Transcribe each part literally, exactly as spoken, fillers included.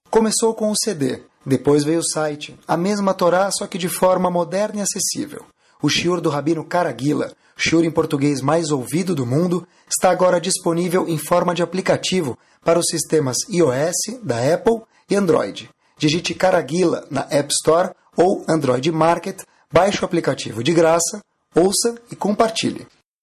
Começou com o C D, depois veio o site, a mesma Torá, só que de forma moderna e acessível. O shiur do Rabino Caraguila, o shiur em português mais ouvido do mundo, está agora disponível em forma de aplicativo para os sistemas iOS, da Apple e Android. Digite Caraguila na App Store ou Android Market, baixe o aplicativo de graça, ouça e compartilhe.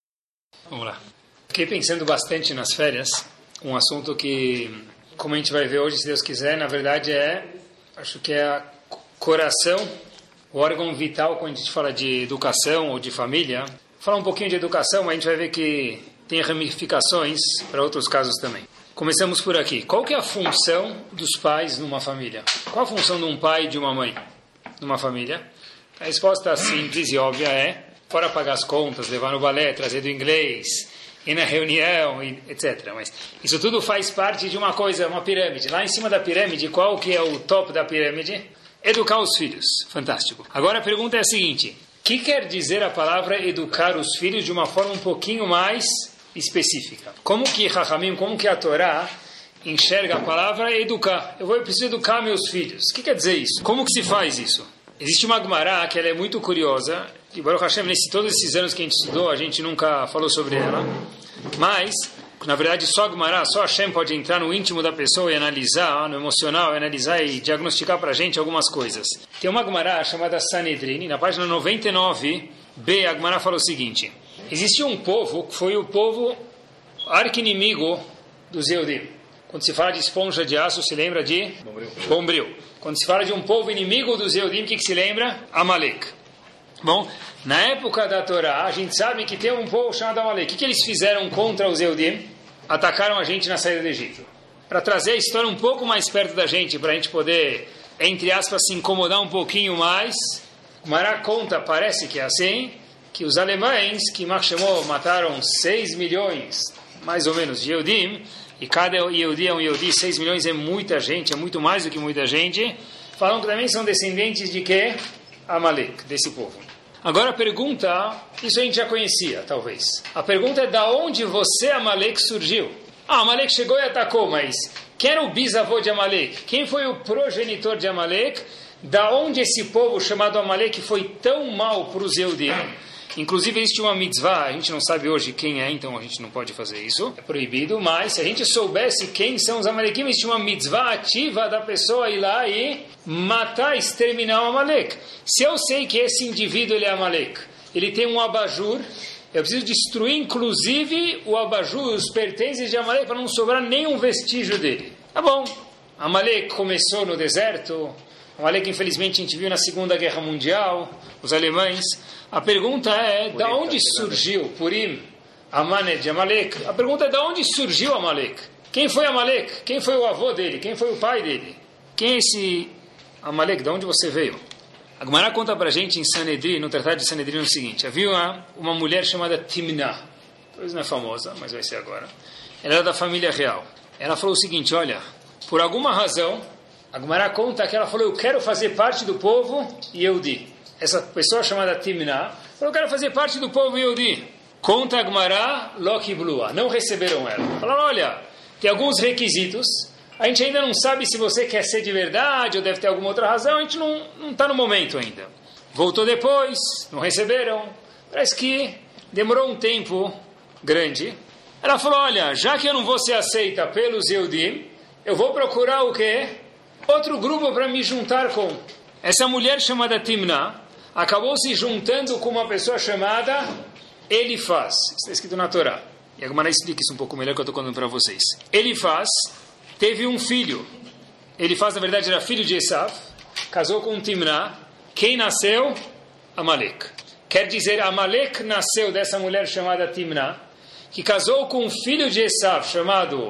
Vamos lá. Fiquei pensando bastante nas férias, um assunto que, como a gente vai ver hoje, se Deus quiser, na verdade é, acho que é a coração, o órgão vital quando a gente fala de educação ou de família. Vou falar um pouquinho de educação, mas a gente vai ver que tem ramificações para outros casos também. Começamos por aqui. Qual que é a função dos pais numa família? Qual a função de um pai e de uma mãe numa família? A resposta simples e óbvia é, fora pagar as contas, levar no balé, trazer do inglês, ir na reunião, etcétera. Mas isso tudo faz parte de uma coisa, uma pirâmide. Lá em cima da pirâmide, qual que é o topo da pirâmide? Educar os filhos. Fantástico. Agora a pergunta é a seguinte: o que quer dizer a palavra educar os filhos de uma forma um pouquinho mais específica? Como que Chachamim, como que a Torá enxerga a palavra educar? Eu vou eu preciso educar meus filhos. O que quer dizer isso? Como que se faz isso? Existe uma Gemara que ela é muito curiosa, e Baruch Hashem, nesse todos esses anos que a gente estudou, a gente nunca falou sobre ela, mas, na verdade, só a Gemara, só Hashem pode entrar no íntimo da pessoa e analisar, no emocional, e analisar e diagnosticar para a gente algumas coisas. Tem uma Gemara chamada Sanedrin, na página noventa e nove B, a Gemara fala o seguinte: existia um povo que foi o povo arqui-inimigo dos Yehudim. Quando se fala de esponja de aço, se lembra de Bombril. Bombril. Quando se fala de um povo inimigo dos Yehudim, o que, que se lembra? Amalek. Bom, na época da Torá, a gente sabe que tem um povo chamado Amalek. O que, que eles fizeram contra os Yehudim? Atacaram a gente na saída do Egito. Para trazer a história um pouco mais perto da gente, para a gente poder, entre aspas, se incomodar um pouquinho mais, o Mará conta, parece que é assim, que os alemães, que Machemó mataram seis milhões, mais ou menos, de Yehudim, e cada Yehudi é um Yehudi, seis milhões é muita gente, é muito mais do que muita gente, falam que também são descendentes de quê? Amalek, desse povo. Agora a pergunta, isso a gente já conhecia, talvez. A pergunta é, da onde você, Amalek, surgiu? Ah, Amalek chegou e atacou, mas quem era o bisavô de Amalek? Quem foi o progenitor de Amalek? Da onde esse povo chamado Amalek foi tão mal para os Yehudim? Inclusive existe uma mitzvah, a gente não sabe hoje quem é, então a gente não pode fazer isso, é proibido, mas se a gente soubesse quem são os Amalekim, existe uma mitzvah ativa da pessoa ir lá e matar, exterminar o Amalek. Se eu sei que esse indivíduo ele é Amalek, ele tem um abajur, eu preciso destruir inclusive o abajur, os pertences de Amalek, para não sobrar nenhum vestígio dele. Tá bom, Amalek começou no deserto, Amalek infelizmente a gente viu na Segunda Guerra Mundial, os alemães. A pergunta é, da onde surgiu Purim, Amaned de Amalek? A pergunta é, da onde surgiu Amalek? Quem foi Amalek? Quem foi o avô dele? Quem foi o pai dele? Quem é esse Amalek? De onde você veio? A Gemara conta pra gente em Sanedrin, no Tratado de Sanedrin, o seguinte: havia uma, uma mulher chamada Timná, talvez não é famosa, mas vai ser agora. Ela era da família real. Ela falou o seguinte: olha, por alguma razão, a Gemara conta que ela falou, eu quero fazer parte do povo Yehudi. Essa pessoa chamada Timná falou, eu quero fazer parte do povo Yehudi. Conta a Gemara, Loki Blua. Não receberam ela. Falaram, olha, tem alguns requisitos, a gente ainda não sabe se você quer ser de verdade ou deve ter alguma outra razão, a gente não está no momento ainda. Voltou depois, não receberam. Parece que demorou um tempo grande. Ela falou, olha, já que eu não vou ser aceita pelos Yehudim, eu vou procurar o quê? Outro grupo para me juntar com. Essa mulher chamada Timná acabou se juntando com uma pessoa chamada Elifaz. Isso está escrito na Torá. E a Gemara explica isso um pouco melhor que eu estou contando para vocês. Elifaz teve um filho. Elifaz, na verdade, era filho de Esav. Casou com Timná. Quem nasceu? Amalek. Quer dizer, Amalek nasceu dessa mulher chamada Timná, que casou com um filho de Esav chamado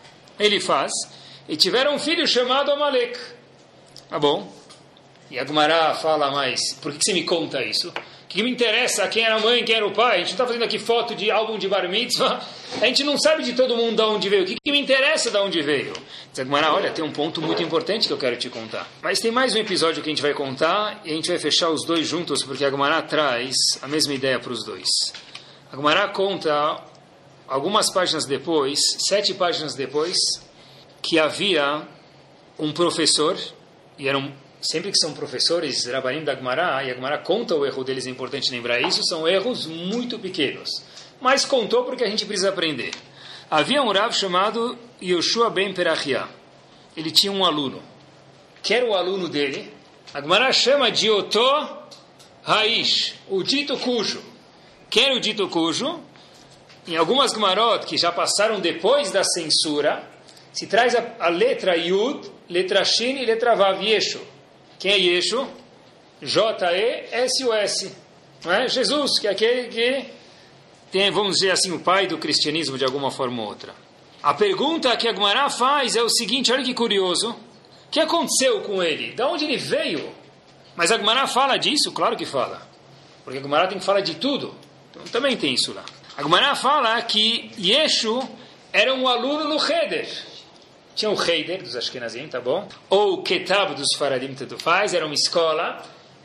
Elifaz, e tiveram um filho chamado Amalek. Tá bom? E a Gemara fala, mas por que você me conta isso? O que me interessa quem era a mãe, quem era o pai? A gente não está fazendo aqui foto de álbum de bar mitzvah. A gente não sabe de todo mundo de onde veio. O que, que me interessa de onde veio? Diz a Gemara, olha, tem um ponto muito importante que eu quero te contar. Mas tem mais um episódio que a gente vai contar e a gente vai fechar os dois juntos, porque a Gemara traz a mesma ideia para os dois. A Gemara conta, algumas páginas depois, sete páginas depois, que havia um professor, e eram, sempre que são professores, Rabanim da Gemara, e a Gemara conta o erro deles, é importante lembrar isso, são erros muito pequenos. Mas contou porque a gente precisa aprender. Havia um Rav chamado Yoshua ben Perachia. Ele tinha um aluno. Que era o aluno dele? A Gemara chama de Otó Raish, o dito cujo. Quem era o dito cujo? Em algumas Gemarot que já passaram depois da censura, se traz a, a letra Yud, letra Shin e letra Vav, Yeshu. Quem é Yeshu? J E S U S. Não é? Jesus, que é aquele que tem, vamos dizer assim, o pai do cristianismo de alguma forma ou outra. A pergunta que a Gemara faz é o seguinte, olha que curioso. O que aconteceu com ele? De onde ele veio? Mas a Gemara fala disso? Claro que fala. Porque a Gemara tem que falar de tudo. Então também tem isso lá. A Gemara fala que Yeshu era um aluno no Cheder. Tinha o Cheder dos Ashkenazim, tá bom? Ou o Ketab dos Faradim, tanto faz, era uma escola.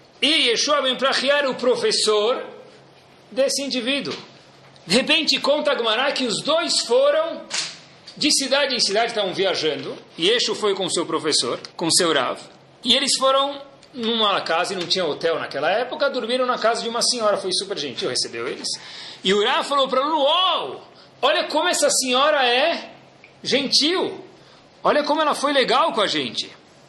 E Yeshua ben Perachia era o professor desse indivíduo. De repente conta a Gemara que os dois foram de cidade em cidade, estavam viajando. Yeshu foi com seu professor, com seu Rav. E eles foram numa casa, e não tinha hotel naquela época, dormiram na casa de uma senhora, foi super gentil, recebeu eles. E o Rav falou para o aluno, uau, olha como essa senhora é gentil, olha como ela foi legal com a gente.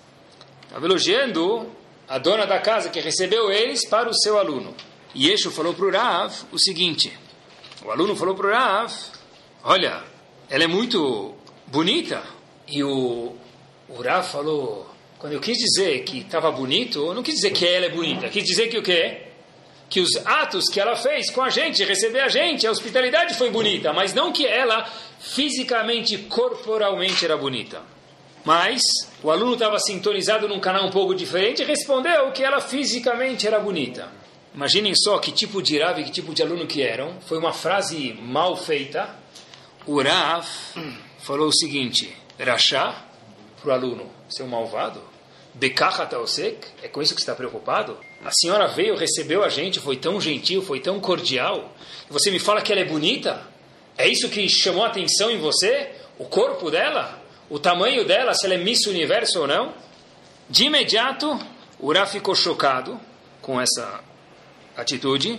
Estava elogiando a dona da casa que recebeu eles para o seu aluno. E Yeshu falou para o Rav o seguinte, o aluno falou para o Rav, olha, ela é muito bonita. E o, o Rav falou, quando eu quis dizer que estava bonito, eu não quis dizer que ela é bonita, quis dizer que o quê? Que os atos que ela fez com a gente, receber a gente, a hospitalidade foi bonita, mas não que ela fisicamente, corporalmente era bonita. Mas o aluno estava sintonizado num canal um pouco diferente e respondeu que ela fisicamente era bonita. Imaginem só que tipo de Rav e que tipo de aluno que eram. Foi uma frase mal feita. O Rav falou o seguinte, Rashá, para o aluno, seu malvado, Bekach Taosek, é com isso que você está preocupado? A senhora veio, recebeu a gente, foi tão gentil, foi tão cordial, e você me fala que ela é bonita? É isso que chamou a atenção em você? O corpo dela? O tamanho dela? Se ela é Miss Universo ou não? De imediato, o Rav ficou chocado com essa atitude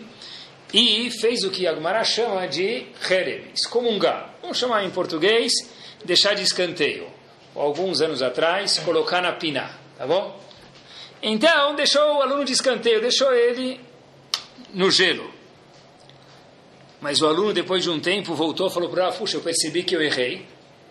e fez o que a Gemara chama de herem, excomungar. Vamos chamar em português, deixar de escanteio. Alguns anos atrás, colocar na piná, tá bom? Então, deixou o aluno de escanteio, deixou ele no gelo. Mas o aluno, depois de um tempo, voltou e falou para ele, puxa, eu percebi que eu errei.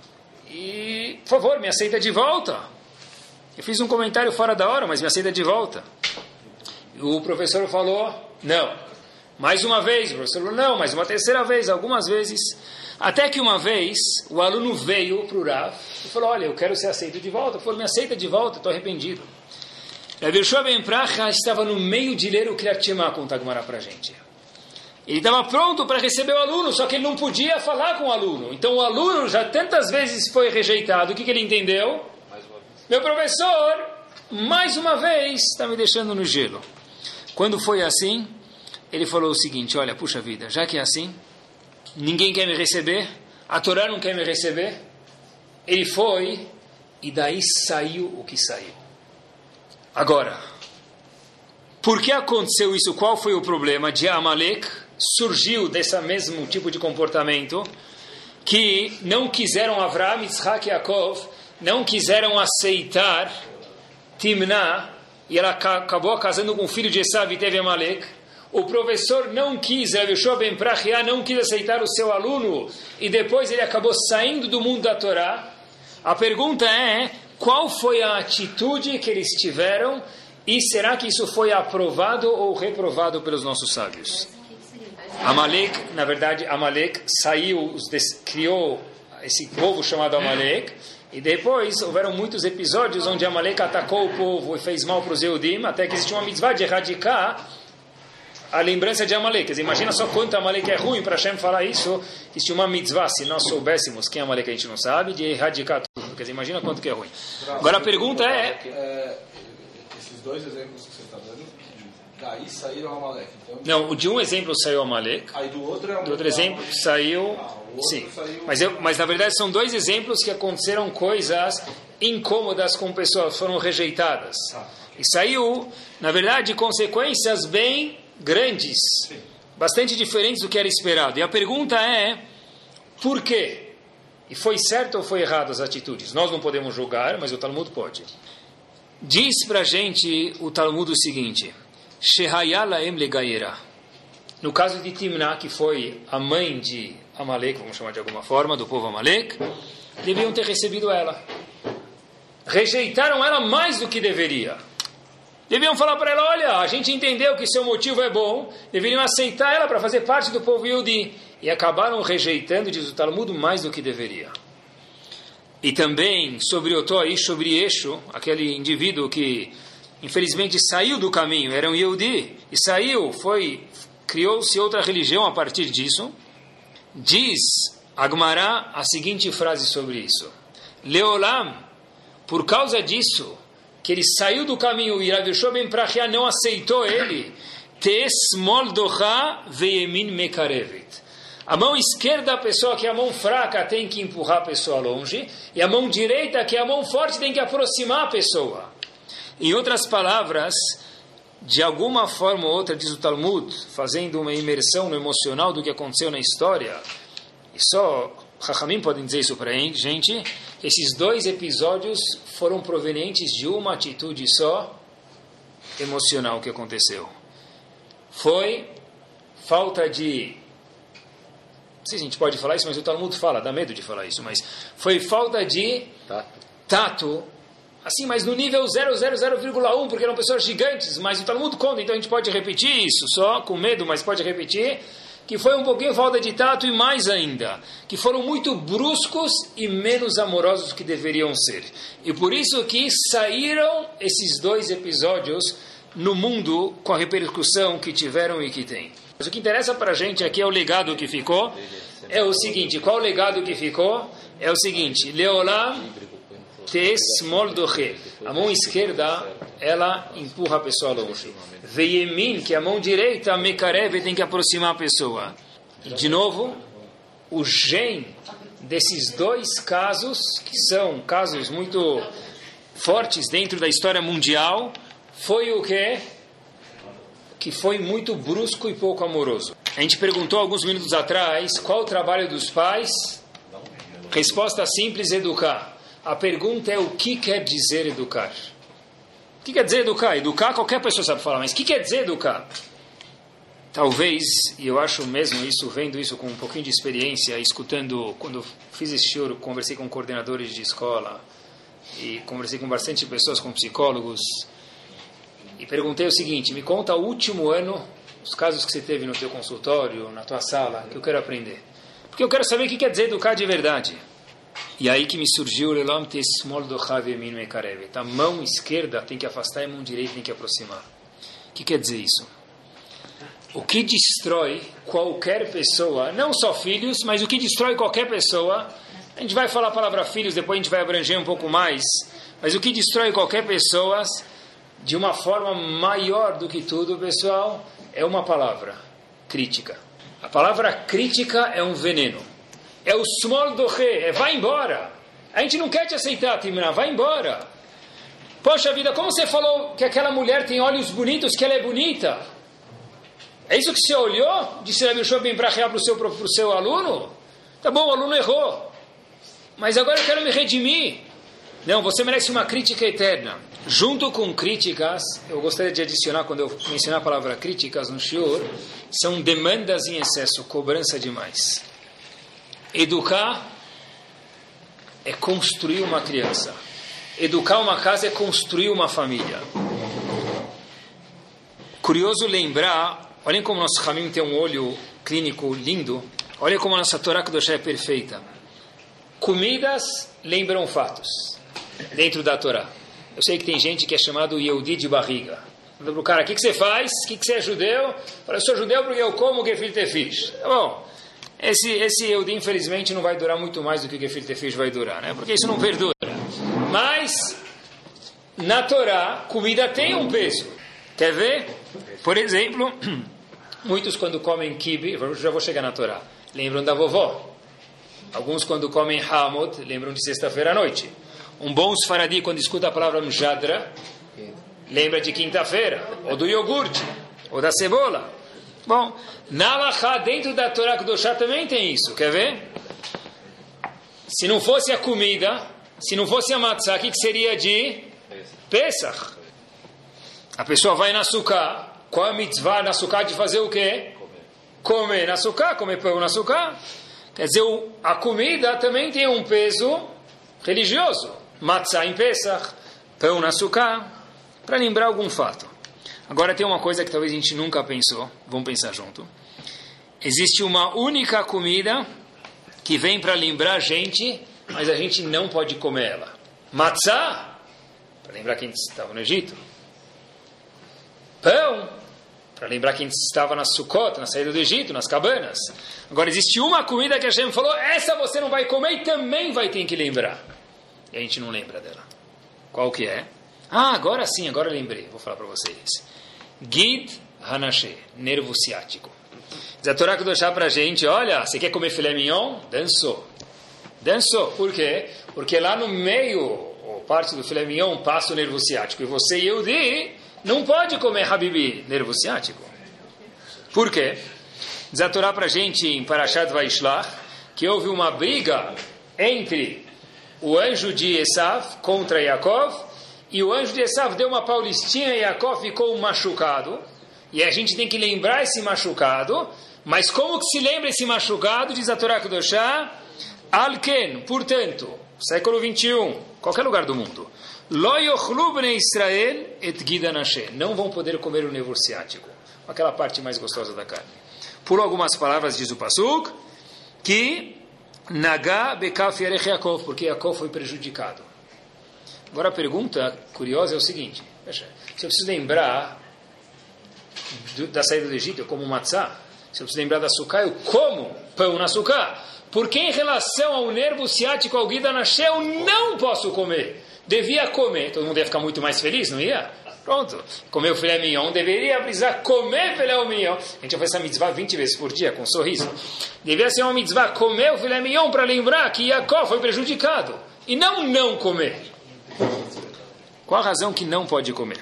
E, por favor, me aceita de volta. Eu fiz um comentário fora da hora, mas me aceita de volta. O professor falou, não. Mais uma vez, o professor falou, não, mais uma terceira vez, algumas vezes. Até que uma vez, o aluno veio para o Rav e falou, olha, eu quero ser aceito de volta. Por favor, me aceita de volta, estou arrependido. Rav Yoshua ben Perachia estava no meio de ler o Kriyat Shema, conta a Gemara para a gente. Ele estava pronto para receber o aluno, só que ele não podia falar com o aluno. Então o aluno já tantas vezes foi rejeitado. O que, que ele entendeu? Meu professor, mais uma vez, está me deixando no gelo. Quando foi assim, ele falou o seguinte, olha, puxa vida, já que é assim, ninguém quer me receber, a Torá não quer me receber. Ele foi, e daí saiu o que saiu. Agora, por que aconteceu isso? Qual foi o problema? De Amalek surgiu desse mesmo tipo de comportamento, que não quiseram Avraham, Yitzhak e Yaakov, não quiseram aceitar Timná, e ela acabou casando com o filho de Esav e teve Amalek. O professor não quis, Rav Yoshua ben Perachia não quis aceitar o seu aluno, e depois ele acabou saindo do mundo da Torá. A pergunta é, qual foi a atitude que eles tiveram, e será que isso foi aprovado ou reprovado pelos nossos sábios? Amalek, na verdade, Amalek saiu, criou esse povo chamado Amalek, e depois houveram muitos episódios onde Amalek atacou o povo e fez mal para os Eudim, até que existe uma mitzvah de erradicar a lembrança de Amalek. Quer dizer, imagina só quanto Amalek é ruim para Hashem falar isso. Existe uma mitzvah, se nós soubéssemos quem é Amalek, a gente não sabe, de erradicar tudo. Quer dizer, imagina quanto que é ruim. Agora a pergunta é... Esses dois exemplos que você está dando, Daí saíram Amalek. Então... Não, de um exemplo saiu Amalek. Aí do outro é um... Do outro exemplo saiu... Ah, o outro sim. Saiu... Mas, eu, mas na verdade são dois exemplos que aconteceram coisas incômodas com pessoas, foram rejeitadas. Ah. E saiu, na verdade, consequências bem grandes. Sim. Bastante diferentes do que era esperado. E a pergunta é, por quê? E foi certo ou foi errado as atitudes? Nós não podemos julgar, mas o Talmud pode. Diz pra gente o Talmud o seguinte, Shehayala em legaera. No caso de Timná, que foi a mãe de Amalek, vamos chamar de alguma forma, do povo Amalek, deviam ter recebido ela. Rejeitaram ela mais do que deveria. Deviam falar para ela, olha, a gente entendeu que seu motivo é bom, deveriam aceitar ela para fazer parte do povo Yehudi. E acabaram rejeitando, diz o Talmud, mais do que deveria. E também sobre Otoi, sobre Esho, aquele indivíduo que infelizmente saiu do caminho, era um Yehudi, e saiu, foi, criou-se outra religião a partir disso. Diz a Gemara a seguinte frase sobre isso. Leolam, por causa disso, que ele saiu do caminho e Rav Yoshua ben Prachia não aceitou ele, Tesmol docha veyemin mekarevet. A mão esquerda da pessoa, que é a mão fraca, tem que empurrar a pessoa longe, e a mão direita, que é a mão forte, tem que aproximar a pessoa. Em outras palavras, de alguma forma ou outra, diz o Talmud, fazendo uma imersão no emocional do que aconteceu na história, e só Chachamim podem dizer isso para a gente, esses dois episódios foram provenientes de uma atitude só emocional que aconteceu. Foi falta de... Não sei se a gente pode falar isso, mas o Talmud fala, dá medo de falar isso, mas foi falta de tato, assim, mas no nível zero vírgula zero zero vírgula um, porque eram pessoas gigantes, mas o Talmud conta, então a gente pode repetir isso, só com medo, mas pode repetir, que foi um pouquinho falta de tato e mais ainda, que foram muito bruscos e menos amorosos do que deveriam ser. E por isso que saíram esses dois episódios no mundo com a repercussão que tiveram e que tem. Mas o que interessa para a gente aqui é o legado que ficou. É o seguinte, qual o legado que ficou? É o seguinte, Leolam tes moldoche. A mão esquerda, ela empurra a pessoa longe. Veyemin, que é a mão direita, mekarev, tem que aproximar a pessoa. E de novo, o gen desses dois casos, que são casos muito fortes dentro da história mundial, foi o quê? Que foi muito brusco e pouco amoroso. A gente perguntou alguns minutos atrás qual o trabalho dos pais. Resposta simples, educar. A pergunta é o que quer dizer educar? O que quer dizer educar? Educar qualquer pessoa sabe falar, mas o que quer dizer educar? Talvez, e eu acho mesmo isso, vendo isso com um pouquinho de experiência, escutando, quando eu fiz esse show, conversei com coordenadores de escola e conversei com bastante pessoas, com psicólogos, e perguntei o seguinte, me conta o último ano, os casos que você teve no teu consultório, na tua sala, que eu quero aprender. Porque eu quero saber o que quer dizer educar de verdade. E aí que me surgiu a mão esquerda tem que afastar e a mão direita tem que aproximar. O que quer dizer isso? O que destrói qualquer pessoa, não só filhos, mas o que destrói qualquer pessoa, a gente vai falar a palavra filhos, depois a gente vai abranger um pouco mais, mas o que destrói qualquer pessoa, de uma forma maior do que tudo, pessoal, é uma palavra, crítica. A palavra crítica é um veneno. É o smol doche, é vai embora. A gente não quer te aceitar, Timna, vai embora. Poxa vida, como você falou que aquela mulher tem olhos bonitos, que ela é bonita? É isso que você olhou? Disse Rav Yoshua ben Prachia para o seu, pro seu aluno? Tá bom, o aluno errou. Mas agora eu quero me redimir. Não, você merece uma crítica eterna. Junto com críticas, eu gostaria de adicionar, quando eu mencionar a palavra críticas no shiur, são demandas em excesso, cobrança demais. Educar é construir uma criança. Educar uma casa é construir uma família. Curioso lembrar, olhem como nosso Ramim tem um olho clínico lindo, olhem como a nossa Torá Kedoshá é perfeita. Comidas lembram fatos dentro da Torá. Eu sei que tem gente que é chamado Yehudi de barriga. Fala para o cara, o que, que você faz? O que, que você é judeu? Fala, eu sou judeu porque eu como gefilte fish. Tá bom. Esse, esse Yehudi, infelizmente, não vai durar muito mais do que o gefilte fish vai durar, né? Porque isso não perdura. Mas, na Torá, comida tem um peso. Quer ver? Por exemplo, muitos quando comem kibe, já vou chegar na Torá, lembram da vovó. Alguns quando comem hamod, lembram de sexta-feira à noite. Um bom sfaradi, quando escuta a palavra mjadra, lembra de quinta-feira, ou do iogurte, ou da cebola. Bom, na Alahá, dentro da Torá Kedoshá também tem isso, quer ver? Se não fosse a comida, se não fosse a matzah, o que seria de Pesach? A pessoa vai na Sukkah, qual é a mitzvah na Sukkah de fazer o quê? Comer na Sukkah, comer pão na Sukkah. Quer dizer, a comida também tem um peso religioso. Matzah em Pesach, pão na Sukkah, para lembrar algum fato. Agora tem uma coisa que talvez a gente nunca pensou, vamos pensar junto. Existe uma única comida que vem para lembrar a gente, mas a gente não pode comer ela. Matzah, para lembrar quem estava no Egito. Pão, para lembrar quem estava na Sukkot, na saída do Egito, nas cabanas. Agora existe uma comida que a Hashem falou, essa você não vai comer e também vai ter que lembrar. E a gente não lembra dela. Qual que é? Ah, agora sim, agora lembrei. Vou falar para vocês. Gid Hanashé, nervo ciático. Diz a Torá Kedoshá para a gente, olha, você quer comer filé mignon? Dançou. Dançou. Por quê? Porque lá no meio, ou parte do filé mignon, passa o nervo ciático. E você e eu di, não pode comer habibi, nervo ciático. Por quê? Diz a Torá para a gente em Parashat Vaishlach, que houve uma briga entre o anjo de Esav contra Yaakov, e o anjo de Esav deu uma paulistinha e Yaakov ficou machucado. E a gente tem que lembrar esse machucado. Mas como que se lembra esse machucado? Diz a Torá Kedoshá. Alken, portanto, século vinte e um, qualquer lugar do mundo. Lo yochlu bnei Israel et gid hanashé. Não vão poder comer o nervo ciático. Aquela parte mais gostosa da carne. Por algumas palavras diz o Pasuk, que Nagá bekaf yarech Yaakov, porque Yaakov foi prejudicado. Agora a pergunta curiosa é o seguinte, veja, se eu preciso lembrar do, da saída do Egito, eu como matzah. Se eu preciso lembrar da Sukkah, eu como pão na Sukkah. Porque em relação ao nervo ciático, ao Gid Hanashé, eu não posso comer. Devia comer, todo mundo ia ficar muito mais feliz, não ia? Pronto, comer o filé mignon, deveria precisar comer filé mignon. A gente vai fazer essa mitzvah vinte vezes por dia, com um sorriso. Deveria ser uma mitzvah comer o filé mignon para lembrar que Yaakov foi prejudicado. E não não comer. Qual a razão que não pode comer?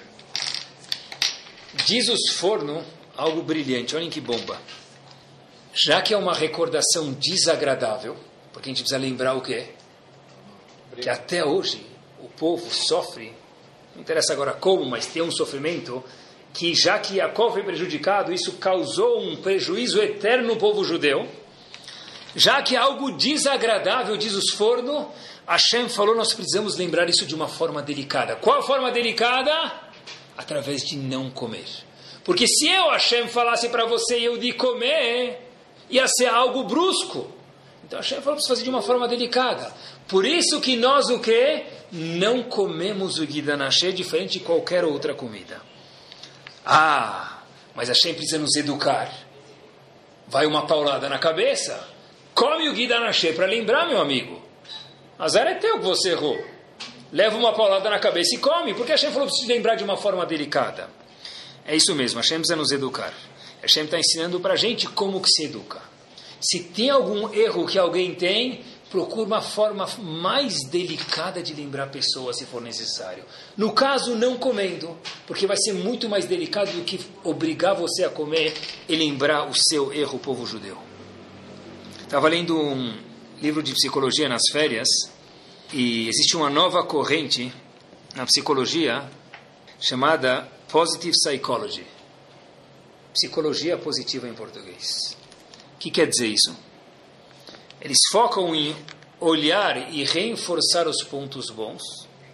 Diz os forno algo brilhante, olhem que bomba. Já que é uma recordação desagradável, porque a gente precisa lembrar o quê? Que até hoje o povo sofre, não interessa agora como, mas tem um sofrimento, que já que Yaakov foi prejudicado, isso causou um prejuízo eterno no povo judeu. Já que é algo desagradável, diz os forno, Hashem falou, nós precisamos lembrar isso de uma forma delicada. Qual a forma delicada? Através de não comer. Porque se eu, Hashem, falasse para você e eu de comer, ia ser algo brusco. Então Hashem falou para você fazer de uma forma delicada. Por isso que nós o quê? Não comemos o Gid Hanashé diferente de qualquer outra comida. Ah, mas Hashem precisa nos educar. Vai uma paulada na cabeça. Come o Gid Hanashé para lembrar, meu amigo. Azar é teu que você errou. Leva uma paulada na cabeça e come, porque Hashem falou para você lembrar de uma forma delicada. É isso mesmo, Hashem precisa nos educar. Hashem está ensinando para a gente como que se educa. Se tem algum erro que alguém tem, procura uma forma mais delicada de lembrar a pessoa, se for necessário. No caso, não comendo, porque vai ser muito mais delicado do que obrigar você a comer e lembrar o seu erro, povo judeu. Estava lendo um livro de psicologia nas férias, e existe uma nova corrente na psicologia chamada Positive Psychology. Psicologia positiva em português. O que quer dizer isso? Eles focam em olhar e reforçar os pontos bons,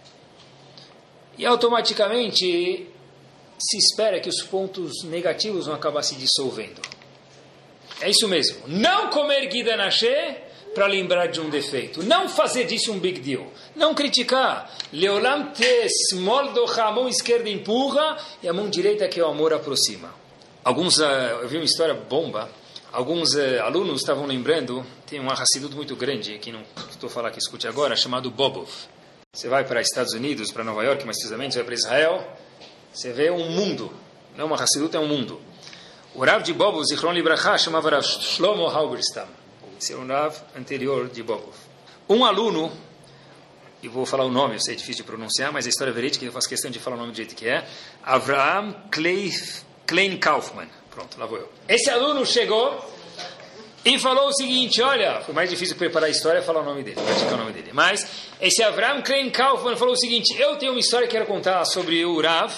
e automaticamente se espera que os pontos negativos vão acabar se dissolvendo. É isso mesmo. Não comer Gid Hanashé para lembrar de um defeito. Não fazer disso um big deal. Não criticar. Leolam te smol docha, a mão esquerda empurra e a mão direita que é o amor aproxima. Alguns, uh, eu vi uma história bomba. Alguns uh, alunos estavam lembrando, tem um Hassidut muito grande, que não estou a falar que escute agora, chamado Bobov. Você vai para Estados Unidos, para Nova York, mais precisamente, você vai para Israel, você vê um mundo. não é uma Hassidut, é um mundo. O Rav de Bobov, Zichron Libracha, chamava Rav Shlomo Halberstam. Esse é um Rav anterior de Bobov. Um aluno, e vou falar o nome, eu sei, é difícil de pronunciar, mas a história é verídica, eu faço questão de falar o nome do jeito que é. Avraham Klein Kaufman. Pronto, lá vou eu. Esse aluno chegou e falou o seguinte, olha, foi mais difícil preparar a história e falar o nome dele, praticar o nome dele. Mas esse Avraham Klein Kaufman falou o seguinte, eu tenho uma história que quero contar sobre o Rav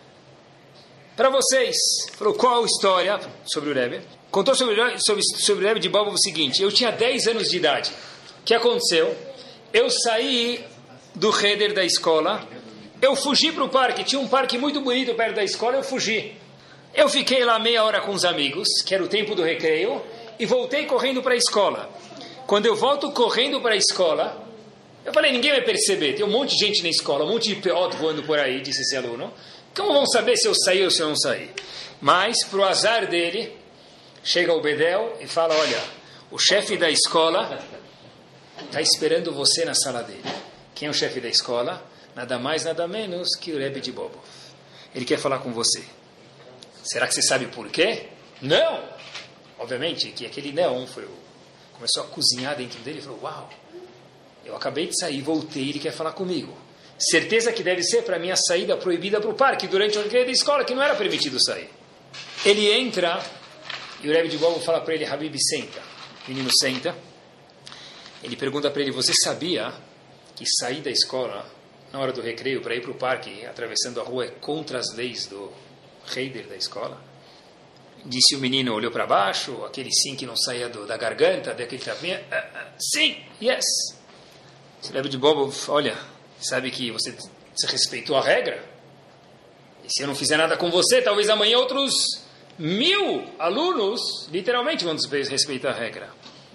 para vocês. Falou, qual história sobre o Rebbe? Contou sobre, sobre, sobre o Rebbe de Bobov o seguinte, eu tinha dez anos de idade. O que aconteceu? Eu saí do Heder da escola, eu fugi para o parque, tinha um parque muito bonito perto da escola, eu fugi. Eu fiquei lá meia hora com os amigos, que era o tempo do recreio, e voltei correndo para a escola. Quando eu volto correndo para a escola, eu falei, ninguém vai perceber, tem um monte de gente na escola, um monte de peote voando por aí, disse esse aluno. Como vão saber se eu saí ou se eu não saí? Mas, para o azar dele, chega o Bedel e fala, olha, o chefe da escola está esperando você na sala dele. Quem é o chefe da escola? Nada mais, nada menos que o Rebbe de Bobov. Ele quer falar com você. Será que você sabe por quê? Não! Obviamente que aquele não foi o... começou a cozinhar dentro dele e falou, uau, eu acabei de sair, voltei, ele quer falar comigo. Certeza que deve ser para a minha saída proibida para o parque durante o recreio da escola, que não era permitido sair. Ele entra e o Rebbe de Bobov fala para ele, Habib, senta. O menino senta. Ele pergunta para ele, você sabia que sair da escola na hora do recreio para ir para o parque, atravessando a rua, é contra as leis do Heider da escola? Disse o menino, olhou para baixo, aquele sim que não saía do, da garganta, daquele tapinha. Uh, uh, sim, yes. O Rebbe de Bobov, olha, sabe que você, você respeitou a regra? E se eu não fizer nada com você, talvez amanhã outros mil alunos, literalmente, vão desrespeitar a regra.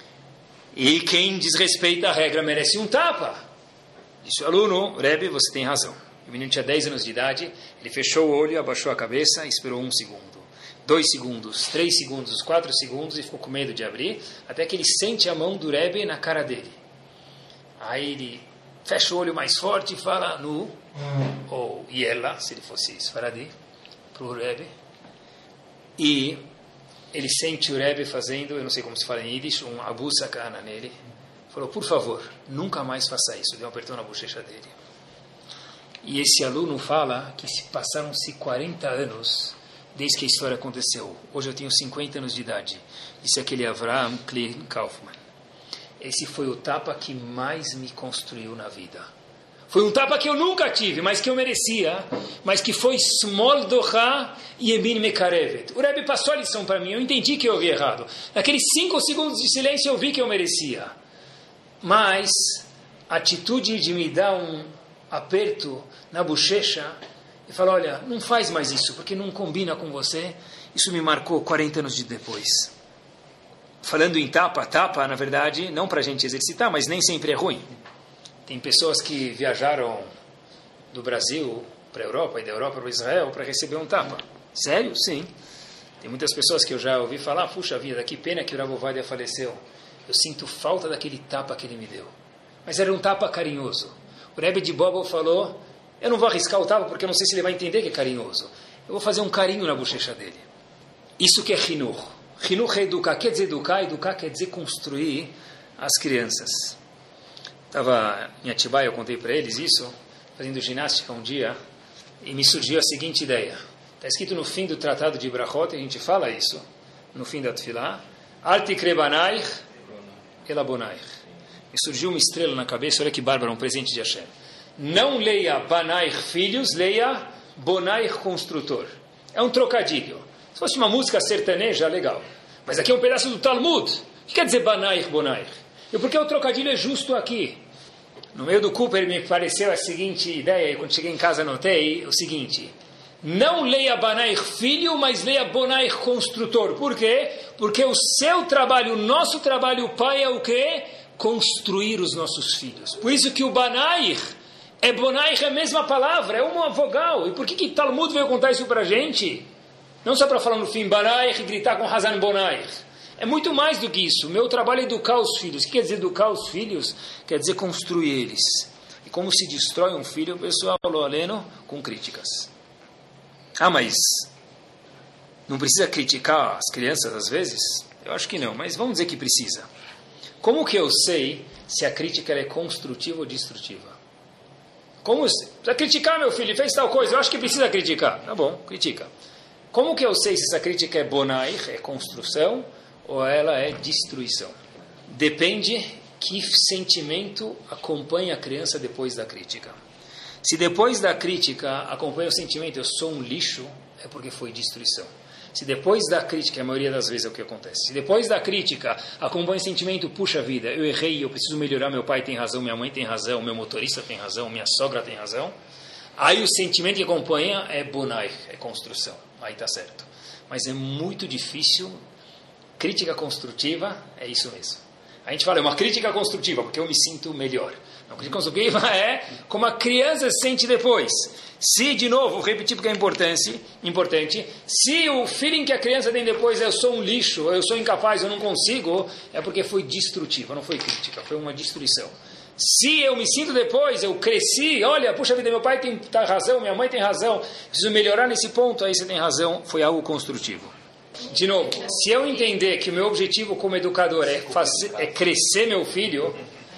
E quem desrespeita a regra merece um tapa. Disse o aluno, Rebbe, você tem razão. O menino tinha dez anos de idade, ele fechou o olho, abaixou a cabeça e esperou um segundo. Dois segundos, três segundos, quatro segundos e ficou com medo de abrir, até que ele sente a mão do Rebbe na cara dele. Aí ele fecha o olho mais forte e fala nu, ou Yela, se ele fosse Sfaradi, para o Rebbe. E ele sente o Rebbe fazendo, eu não sei como se fala em Yiddish, um abu sakana nele. Falou, por favor, nunca mais faça isso. Deu um apertão na bochecha dele. E esse aluno fala que se passaram-se quarenta anos desde que a história aconteceu. Hoje eu tenho cinquenta anos de idade. Disse aquele Avraham Klein Kaufman. Esse foi o tapa que mais me construiu na vida. Foi um tapa que eu nunca tive, mas que eu merecia, mas que foi Smol Doha e Emin Mekarevet. O Rebbe passou a lição para mim, eu entendi que eu ouvi errado. Naqueles cinco segundos de silêncio eu vi que eu merecia. Mas a atitude de me dar um aperto na bochecha e falar, olha, não faz mais isso, porque não combina com você, isso me marcou quarenta anos de depois. Falando em tapa, tapa, na verdade, não para a gente exercitar, mas nem sempre é ruim. Tem pessoas que viajaram do Brasil para a Europa e da Europa para Israel para receber um tapa. Sério? Sim. Tem muitas pessoas que eu já ouvi falar, puxa vida, que pena que o Rav Ovadia faleceu. Eu sinto falta daquele tapa que ele me deu. Mas era um tapa carinhoso. O Rebbe de Bobov falou, eu não vou arriscar o tapa porque eu não sei se ele vai entender que é carinhoso. Eu vou fazer um carinho na bochecha dele. Isso que é Hinur. Hinur é educar. Quer dizer educar? Educar quer dizer construir as crianças. Estava em Atibaia, eu contei para eles isso, fazendo ginástica um dia, e me surgiu a seguinte ideia. Está escrito no fim do Tratado de Brachot, a gente fala isso, no fim da Tefilá, Al tikre banaich elabonaich. Me surgiu uma estrela na cabeça, olha que bárbaro, um presente de Hashem. Não leia banaich filhos, leia bonaich construtor. É um trocadilho. Se fosse uma música sertaneja, legal. Mas aqui é um pedaço do Talmud. O que quer dizer banaich, bonaich? E por que o trocadilho é justo aqui? No meio do Cooper me pareceu a seguinte ideia, e quando cheguei em casa anotei o seguinte: não leia Banaich filho, mas leia Bonaich construtor. Por quê? Porque o seu trabalho, o nosso trabalho, pai, é o quê? Construir os nossos filhos. Por isso que o Banaich, é Bonaich, é a mesma palavra, é uma vogal. E por que que Talmud veio contar isso pra gente? Não só para falar no fim Banaich e gritar com Hazan Bonaich. É muito mais do que isso. O meu trabalho é educar os filhos. O que quer dizer educar os filhos? Quer dizer construir eles. E como se destrói um filho, o pessoal falou aleno com críticas. Ah, mas não precisa criticar as crianças às vezes? Eu acho que não, mas vamos dizer que precisa. Como que eu sei se a crítica ela é construtiva ou destrutiva? Como se, precisa criticar, meu filho, fez tal coisa, eu acho que precisa criticar. Tá bom, critica. Como que eu sei se essa crítica é bonai, é construção, ou ela é destruição? Depende que sentimento acompanha a criança depois da crítica. Se depois da crítica acompanha o sentimento, eu sou um lixo, é porque foi destruição. Se depois da crítica, a maioria das vezes é o que acontece, se depois da crítica acompanha o sentimento, puxa vida, eu errei, eu preciso melhorar, meu pai tem razão, minha mãe tem razão, meu motorista tem razão, minha sogra tem razão, aí o sentimento que acompanha é bonai, é construção, aí está certo. Mas é muito difícil, crítica construtiva é isso mesmo. A gente fala, é uma crítica construtiva, porque eu me sinto melhor. A crítica construtiva é como a criança se sente depois. Se, de novo, repetir porque é importante, importante, se o feeling que a criança tem depois é eu sou um lixo, eu sou incapaz, eu não consigo, é porque foi destrutiva, não foi crítica, foi uma destruição. Se eu me sinto depois, eu cresci, olha, puxa vida, meu pai tem tá razão, minha mãe tem razão, preciso melhorar nesse ponto, aí você tem razão, foi algo construtivo. De novo, se eu entender que o meu objetivo como educador é, fazer, é crescer meu filho,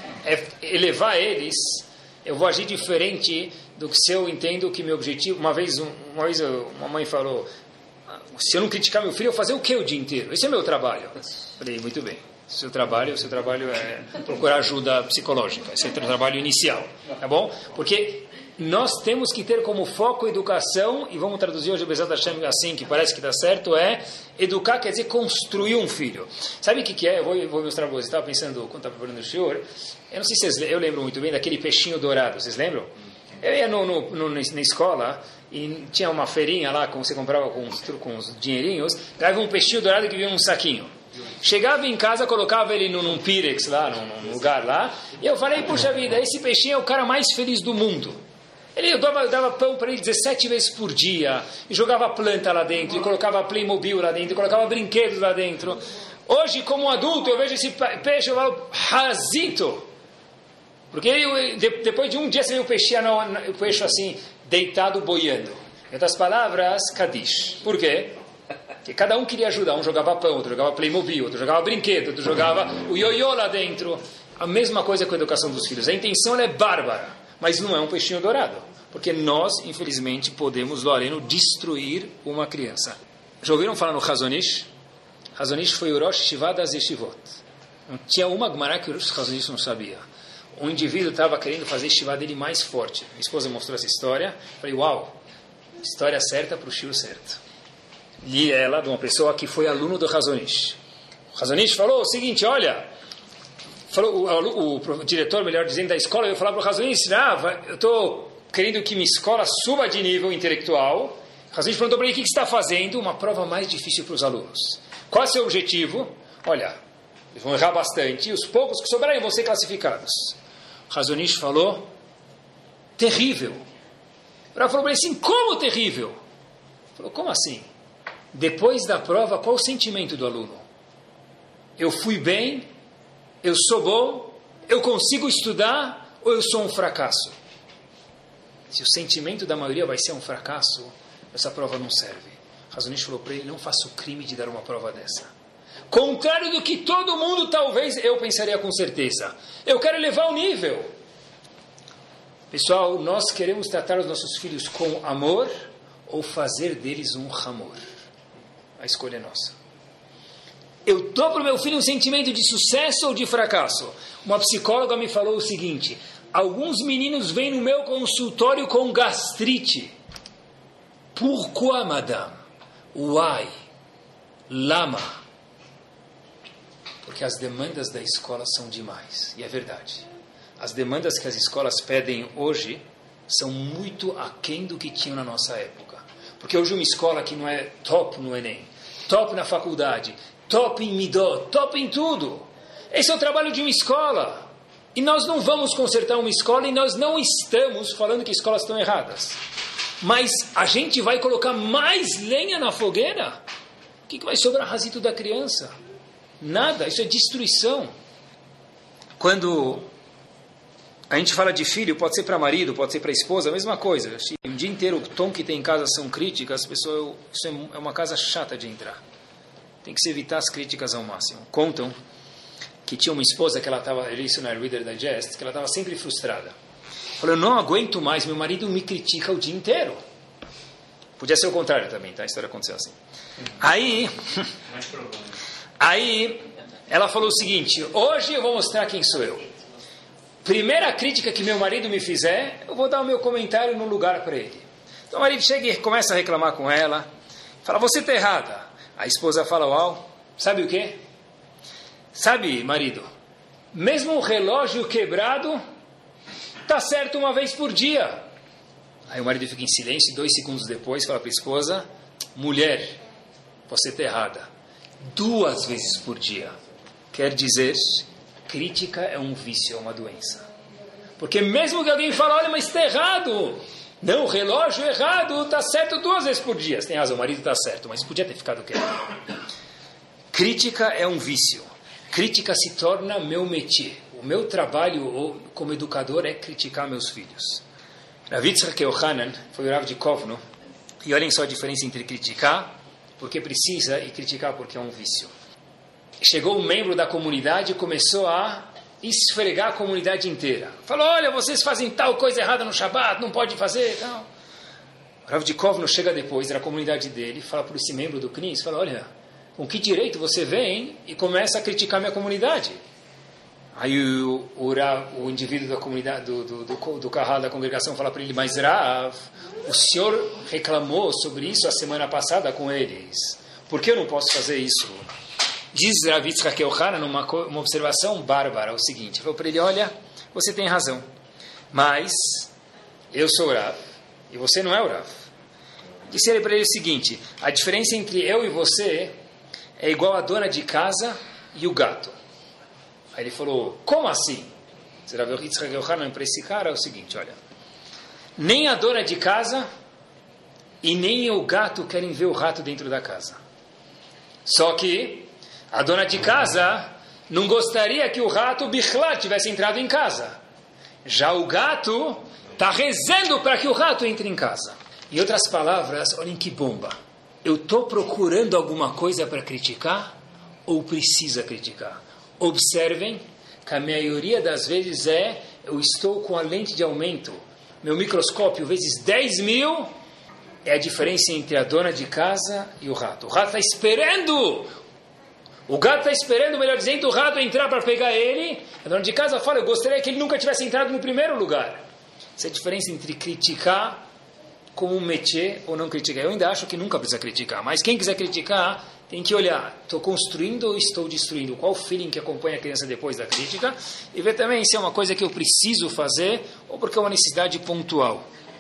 é elevar eles, eu vou agir diferente do que se eu entendo que meu objetivo... Uma vez, uma vez uma mãe falou, se eu não criticar meu filho, eu vou fazer o que o dia inteiro? Esse é meu trabalho. Falei, muito bem. O seu trabalho, o seu trabalho é procurar ajuda psicológica. Esse é o trabalho inicial. Tá bom? Porque nós temos que ter como foco educação, e vamos traduzir hoje o Bezat Hashem assim, que parece que dá certo, é educar, quer dizer construir um filho. Sabe o que, que é? Eu vou, eu vou mostrar para vocês. Estava pensando, quando estava preparando o senhor, eu não sei se vocês, eu lembro muito bem daquele peixinho dourado, vocês lembram? Eu ia no, no, no, na escola e tinha uma feirinha lá, como você comprava com os, com os dinheirinhos, ganhava um peixinho dourado que vinha num saquinho. Chegava em casa, colocava ele num, num Pirex lá, num, num lugar lá, e eu falei, puxa vida, esse peixinho é o cara mais feliz do mundo. Ele, eu dava, eu dava pão para ele dezessete vezes por dia, e jogava planta lá dentro, e colocava Playmobil lá dentro, e colocava brinquedos lá dentro. Hoje, como adulto, eu vejo esse peixe, eu falo, razito. Porque eu, de, depois de um dia você vê o peixe, o peixe assim, deitado, boiando. Em outras palavras, Kadish. Por quê? Porque cada um queria ajudar. Um jogava pão, outro jogava Playmobil, outro jogava brinquedo, outro jogava o ioiô lá dentro. A mesma coisa com a educação dos filhos. A intenção é bárbara, mas não é um peixinho dourado. Porque nós, infelizmente, podemos, Loreno, destruir uma criança. Já ouviram falar no Hazonish? Hazonish foi o Rosh Yeshiva das Yeshivot. Não tinha uma Gemara que o Hazonish não sabia. O indivíduo estava querendo fazer a Yeshiva dele mais forte. Minha esposa mostrou essa história. Falei, uau, história certa para o shiur certo. Li ela de uma pessoa que foi aluno do Hazonish. O Hazonish falou o seguinte, olha, falou, o, o, o diretor, melhor dizendo, da escola, eu falava para o Hazonish, ah, eu estou querendo que minha escola suba de nível intelectual. O Hazonish perguntou para ele, o que, que você está fazendo? Uma prova mais difícil para os alunos. Qual é o seu objetivo? Olha, eles vão errar bastante, e os poucos que sobrarem vão ser classificados. Hazonish falou, terrível. Ela falou para ele assim, como terrível? Ele falou, como assim? Depois da prova, qual o sentimento do aluno? Eu fui bem? Eu sou bom? Eu consigo estudar? Ou eu sou um fracasso? Se o sentimento da maioria vai ser um fracasso, essa prova não serve. Hazonish falou para ele, não faça o crime de dar uma prova dessa. Contrário do que todo mundo, talvez, eu pensaria com certeza. Eu quero elevar o nível. Pessoal, nós queremos tratar os nossos filhos com amor ou fazer deles um amor. A escolha é nossa. Eu dou para o meu filho um sentimento de sucesso ou de fracasso? Uma psicóloga me falou o seguinte, alguns meninos vêm no meu consultório com gastrite. Pourquoi, madame? Why? Lama? Porque as demandas da escola são demais. E é verdade. As demandas que as escolas pedem hoje são muito aquém do que tinham na nossa época. Porque hoje uma escola que não é top no Enem, top na faculdade, top em Midot, top em tudo. Esse é o trabalho de uma escola. E nós não vamos consertar uma escola e nós não estamos falando que escolas estão erradas. Mas a gente vai colocar mais lenha na fogueira? O que, que vai sobrar razito da criança? Nada, isso é destruição. Quando A gente fala de filho, pode ser para marido, pode ser para esposa, a mesma coisa. O dia inteiro o tom que tem em casa são críticas, as pessoas, isso é uma casa chata de entrar. Tem que se evitar as críticas ao máximo. Contam que tinha uma esposa que ela estava, isso na Reader Digest, que ela estava sempre frustrada. Falou, eu não aguento mais, meu marido me critica o dia inteiro. Podia ser o contrário também, tá? A história aconteceu assim. Aí, aí ela falou o seguinte, hoje eu vou mostrar quem sou eu. Primeira crítica que meu marido me fizer, eu vou dar o meu comentário no lugar para ele. Então o marido chega e começa a reclamar com ela, fala, você está errada. A esposa fala, uau, sabe o quê? Sabe, marido, mesmo um relógio quebrado, está certo uma vez por dia. Aí o marido fica em silêncio e dois segundos depois fala para a esposa, mulher, você está errada. Duas vezes por dia. Quer dizer, crítica é um vício, é uma doença. Porque mesmo que alguém fale, olha, mas está errado. Não, o relógio errado, está certo duas vezes por dia. Você tem razão, o marido está certo, mas podia ter ficado quieto. Crítica é um vício. Crítica se torna meu métier. O meu trabalho como educador é criticar meus filhos. Rav Yitzchak Yohanan foi o Rav de Kovno. E olhem só a diferença entre criticar porque precisa e criticar porque é um vício. Chegou um membro da comunidade e começou a esfregar a comunidade inteira. Falou, olha, vocês fazem tal coisa errada no Shabbat, não pode fazer. Não. O Rav de Kovno chega depois da comunidade dele, fala para esse membro do C N I S, fala, olha, com que direito você vem e começa a criticar minha comunidade? Aí o, o, o indivíduo da comunidade, do, do, do, do carral da congregação fala para ele, mas Rav, o senhor reclamou sobre isso a semana passada com eles. Por que eu não posso fazer isso? Diz Rav Yitzchak Yohanan numa uma observação bárbara, o seguinte, falou para ele, olha, você tem razão, mas eu sou o Rav e você não é o Rav. Disse ele para ele o seguinte, a diferença entre eu e você é igual a dona de casa e o gato. Aí ele falou, como assim? Rav Yitzchak Yohanan para esse cara é o seguinte, olha, nem a dona de casa e nem o gato querem ver o rato dentro da casa. Só que a dona de casa não gostaria que o rato Bichlá tivesse entrado em casa. Já o gato está rezando para que o rato entre em casa. Em outras palavras, olhem que bomba. Eu estou procurando alguma coisa para criticar ou precisa criticar? Observem que a maioria das vezes é, eu estou com a lente de aumento, meu microscópio vezes dez mil, é a diferença entre a dona de casa e o rato. O rato está esperando... O gato está esperando, melhor dizendo, o rato entrar para pegar ele. A dona de casa fala, eu gostaria que ele nunca tivesse entrado no primeiro lugar. Essa é a diferença entre criticar como um métier ou não criticar. Eu ainda acho que nunca precisa criticar, mas quem quiser criticar tem que olhar, estou construindo ou estou destruindo? Qual o feeling que acompanha a criança depois da crítica? E ver também se é uma coisa que eu preciso fazer ou porque é uma necessidade pontual.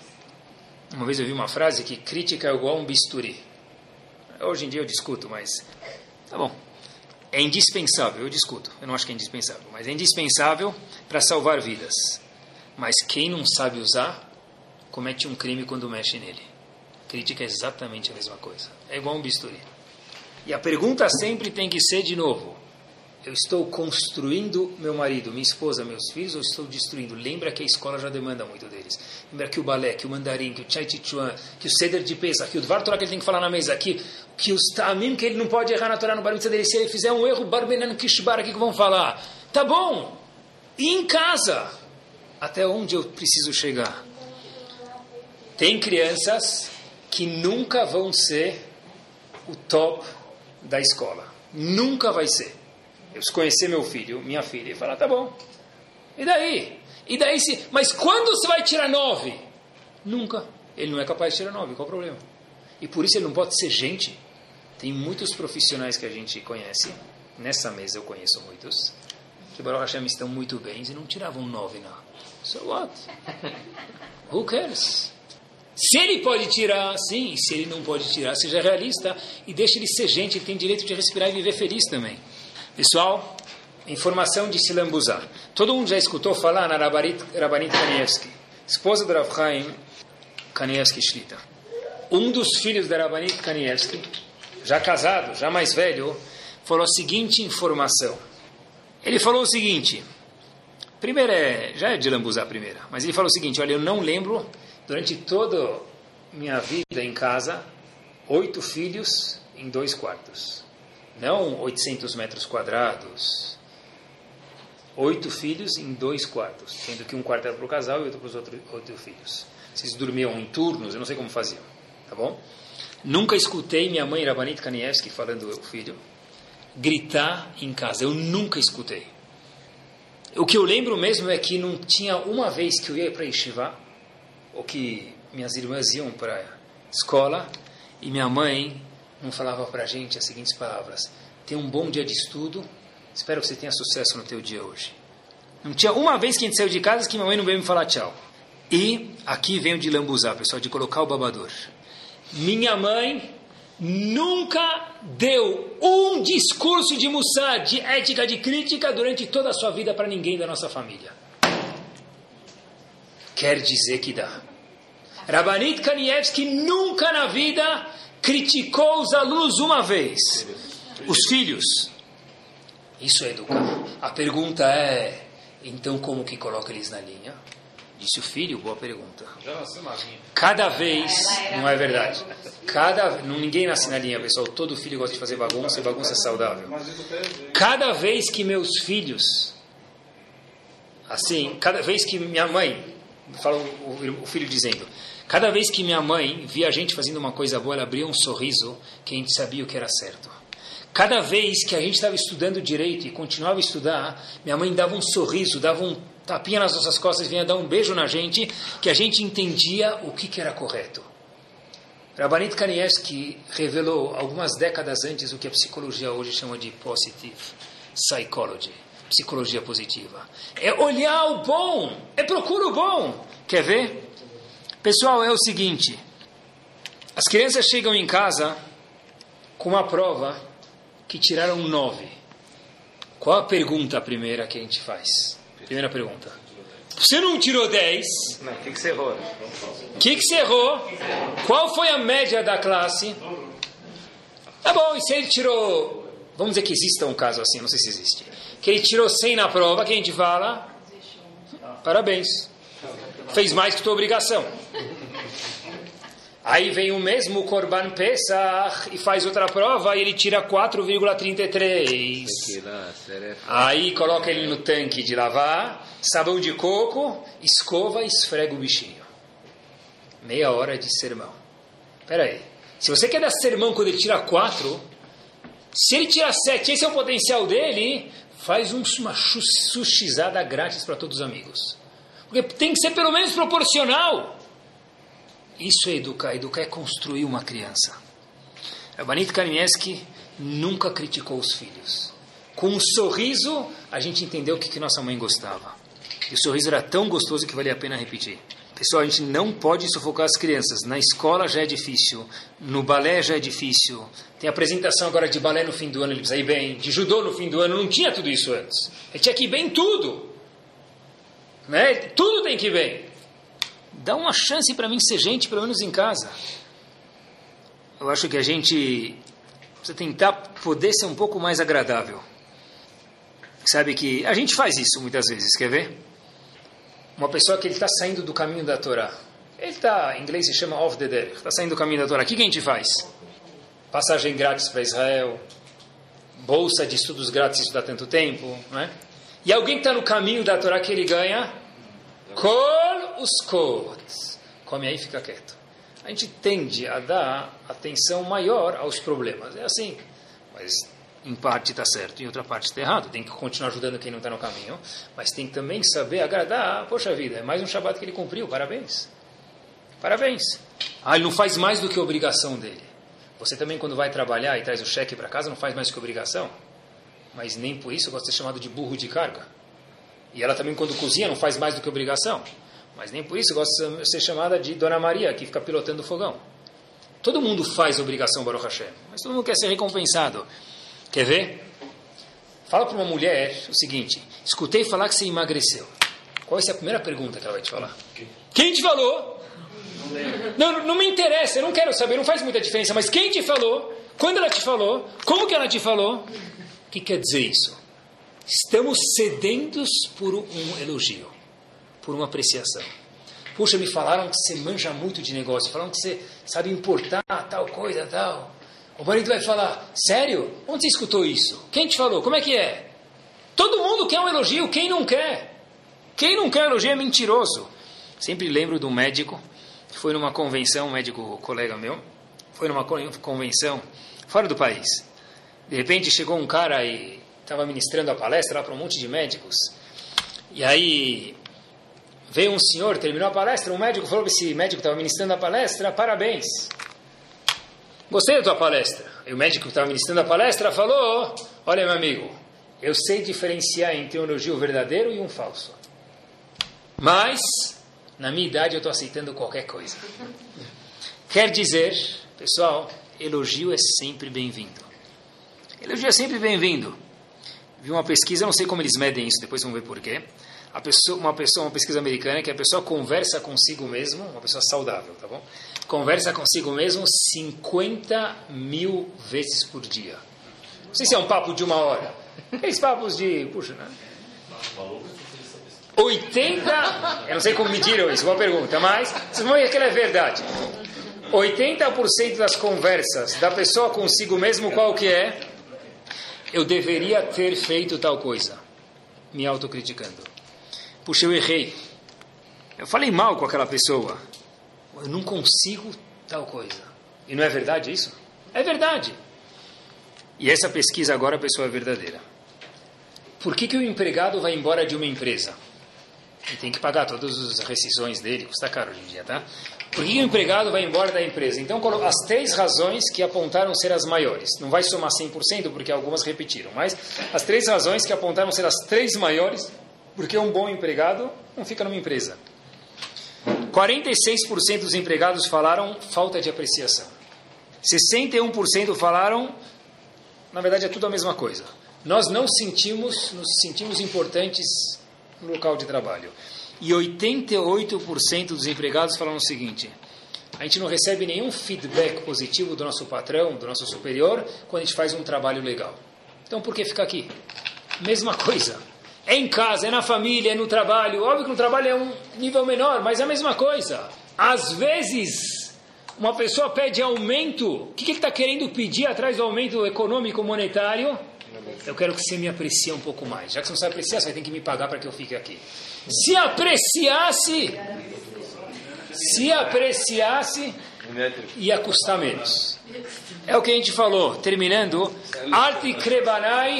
Uma vez eu vi uma frase que crítica é igual a um bisturi. Hoje em dia eu discuto, mas tá bom. É indispensável, eu discuto, eu não acho que é indispensável, mas é indispensável para salvar vidas. Mas quem não sabe usar, comete um crime quando mexe nele. Crítica é exatamente a mesma coisa. É igual um bisturi. E a pergunta sempre tem que ser de novo, eu estou construindo meu marido, minha esposa, meus filhos, ou estou destruindo? Lembra que a escola já demanda muito deles. Lembra que o balé, que o mandarim, que o chai chichuan, que o seder de Pesach, que o Dvar Torah que ele tem que falar na mesa, que, que os tamim, que ele não pode errar na Torá no bar mitzvah dele. Se ele fizer um erro, barbenan kishbar, o que vão falar? Tá bom. E em casa? Até onde eu preciso chegar? Tem crianças que nunca vão ser o top da escola. Nunca vai ser. Eu conhecer meu filho, minha filha, e falar, tá bom. E daí? E daí se... Mas quando você vai tirar nove? Nunca. Ele não é capaz de tirar nove, qual o problema? E por isso ele não pode ser gente. Tem muitos profissionais que a gente conhece, nessa mesa eu conheço muitos, que Baruch Hashem estão muito bem e não tiravam nove, não. So what? Who cares? Se ele pode tirar, sim, se ele não pode tirar, seja realista e deixe ele ser gente, ele tem direito de respirar e viver feliz também. Pessoal, informação de Silambuzá. Todo mundo já escutou falar na Rabanit, Rabanit Kanievski, esposa do Rav Chaim Kanievski Shlita. Um dos filhos da Rabanit Kanievski, já casado, já mais velho, falou a seguinte informação. Ele falou o seguinte, primeira é, já é de lambuzar a primeira, mas ele falou o seguinte, olha, eu não lembro, durante toda minha vida em casa, oito filhos em dois quartos. Não oitocentos metros quadrados. Oito filhos em dois quartos, sendo que um quarto era para o casal e outro para os outros oito filhos. Vocês dormiam em turnos, eu não sei como faziam, tá bom? Nunca escutei minha mãe, Rabbanit Kanievski, falando o filho, gritar em casa. Eu nunca escutei. O que eu lembro mesmo é que não tinha uma vez que eu ia para Yeshiva, ou que minhas irmãs iam para a escola, e minha mãe não falava para a gente as seguintes palavras: tenha um bom dia de estudo, espero que você tenha sucesso no teu dia hoje. Não tinha uma vez que a gente saiu de casa que minha mãe não veio me falar tchau. E aqui vem o de lambuzar, pessoal, de colocar o babador. Minha mãe nunca deu um discurso de mussar, de ética, de crítica durante toda a sua vida para ninguém da nossa família. Quer dizer que dá. Rabbanit Kanievski nunca na vida criticou os alunos uma vez. Os filhos. Isso é educar. A pergunta é, então como que coloca eles na linha? Disse o filho, boa pergunta. Cada vez, não é verdade, cada, não, ninguém nasce na linha, pessoal, todo filho gosta de fazer bagunça e bagunça é saudável. Cada vez que meus filhos, assim, cada vez que minha mãe, fala o, o filho dizendo, cada vez que minha mãe via a gente fazendo uma coisa boa, ela abria um sorriso, que a gente sabia o que era certo. Cada vez que a gente estava estudando direito e continuava a estudar, minha mãe dava um sorriso, dava um tapinha nas nossas costas, vinha dar um beijo na gente, que a gente entendia o que, que era correto. Rabbanit Kanievski revelou algumas décadas antes o que a psicologia hoje chama de positive psychology, psicologia positiva. É olhar o bom, é procurar o bom. Quer ver? Pessoal, é o seguinte, as crianças chegam em casa com uma prova que tiraram nove. Qual a pergunta primeira que a gente faz? Primeira pergunta. Você não tirou dez? Não, o que, que você errou? O que, que você errou? Qual foi a média da classe? Tá bom, e se ele tirou... Vamos dizer que exista um caso assim, não sei se existe. Que ele tirou cem na prova, que a gente fala... Parabéns. Fez mais que tua obrigação. Aí vem o mesmo Korban Pesach e faz outra prova e ele tira quatro vírgula trinta e três. Aí coloca ele no tanque de lavar, sabão de coco, escova e esfrega o bichinho. Meia hora de sermão. Espera aí. Se você quer dar sermão quando ele tira quatro, se ele tira sete, esse é o potencial dele, faz um, uma sushizada grátis para todos os amigos. Porque tem que ser pelo menos proporcional. Isso é educar. Educar é construir uma criança. Rabbanit Kanievski nunca criticou os filhos. Com um sorriso, a gente entendeu o que, que nossa mãe gostava. E o sorriso era tão gostoso que valia a pena repetir. Pessoal, a gente não pode sufocar as crianças. Na escola já é difícil. No balé já é difícil. Tem apresentação agora de balé no fim do ano, ele precisa ir bem. De judô no fim do ano, não tinha tudo isso antes. Ele tinha que ir bem em tudo. Né? Tudo tem que ir bem. Dá uma chance para mim ser gente, pelo menos em casa. Eu acho que a gente precisa tentar poder ser um pouco mais agradável. Sabe que a gente faz isso muitas vezes, quer ver? Uma pessoa que ele está saindo do caminho da Torá. Ele está, em inglês se chama off the derech, está saindo do caminho da Torá. O que, que a gente faz? Passagem grátis para Israel, bolsa de estudos grátis estudar tanto tempo, não é? E alguém que está no caminho da Torá que ele ganha... Kol os kots. Come aí e fica quieto. A gente tende a dar atenção maior aos problemas. É assim. Mas em parte está certo, em outra parte está errado. Tem que continuar ajudando quem não está no caminho. Mas tem que também saber agradar. Poxa vida, é mais um Shabbat que ele cumpriu. Parabéns. Parabéns. Ah, ele não faz mais do que a obrigação dele. Você também, quando vai trabalhar e traz o cheque para casa, não faz mais do que obrigação. Mas nem por isso gosta de ser chamado de burro de carga. E ela também, quando cozinha, não faz mais do que obrigação. Mas nem por isso gosta de ser chamada de Dona Maria, que fica pilotando o fogão. Todo mundo faz obrigação, Baruch Hashem. Mas todo mundo quer ser recompensado. Quer ver? Fala para uma mulher o seguinte: escutei falar que você emagreceu. Qual vai ser a primeira pergunta que ela vai te falar? Quem te falou? Não, não, não me interessa, eu não quero saber, não faz muita diferença. Mas quem te falou? Quando ela te falou? Como que ela te falou? O que quer dizer isso? Estamos sedentos por um elogio, por uma apreciação. Puxa, me falaram que você manja muito de negócio, falaram que você sabe importar tal coisa, tal. O marido vai falar, sério? Onde você escutou isso? Quem te falou? Como é que é? Todo mundo quer um elogio, quem não quer? Quem não quer elogio é mentiroso. Sempre lembro de um médico que foi numa convenção, um médico colega meu, foi numa convenção fora do país. De repente chegou um cara e estava ministrando a palestra lá para um monte de médicos. E aí veio um senhor, terminou a palestra, um médico falou para esse médico que estava ministrando a palestra, parabéns. Gostei da tua palestra. E o médico que estava ministrando a palestra falou, olha meu amigo, eu sei diferenciar entre um elogio verdadeiro e um falso. Mas, na minha idade, eu estou aceitando qualquer coisa. Quer dizer, pessoal, elogio é sempre bem-vindo. Elogio é sempre bem-vindo. Vi uma pesquisa, não sei como eles medem isso, depois vamos ver porquê. A pessoa, uma pessoa, uma pesquisa americana, que a pessoa conversa consigo mesmo, uma pessoa saudável, tá bom? Conversa consigo mesmo cinquenta mil vezes por dia. Não sei se é um papo de uma hora. Aqueles papos de... Puxa, né? oitenta... Eu não sei como mediram isso, boa pergunta, mas vocês vão ver que ela é verdade. oitenta por cento das conversas da pessoa consigo mesmo, qual que é? Eu deveria ter feito tal coisa. Me autocriticando. Puxa, eu errei. Eu falei mal com aquela pessoa. Eu não consigo tal coisa. E não é verdade isso? É verdade. E essa pesquisa agora, pessoal, é verdadeira. Por que que o empregado vai embora de uma empresa? Ele tem que pagar todas as rescisões dele, custa caro hoje em dia, tá? Por que que o empregado vai embora da empresa? Então, as três razões que apontaram ser as maiores. Não vai somar cem por cento, porque algumas repetiram, mas as três razões que apontaram ser as três maiores, porque um bom empregado não fica numa empresa. quarenta e seis por cento dos empregados falaram falta de apreciação. sessenta e um por cento falaram, na verdade é tudo a mesma coisa. Nós não sentimos, nos sentimos importantes no local de trabalho. E oitenta e oito por cento dos empregados falaram o seguinte, a gente não recebe nenhum feedback positivo do nosso patrão, do nosso superior, quando a gente faz um trabalho legal. Então por que ficar aqui? Mesma coisa. É em casa, é na família, é no trabalho. Óbvio que no trabalho é um nível menor, mas é a mesma coisa. Às vezes, uma pessoa pede aumento. O que, que ele está querendo pedir atrás do aumento econômico monetário? Eu quero que você me aprecie um pouco mais. Já que você não sabe apreciar, você vai ter que me pagar para que eu fique aqui. Se apreciasse, se apreciasse, ia custar menos. É o que a gente falou, terminando. Arti krebanai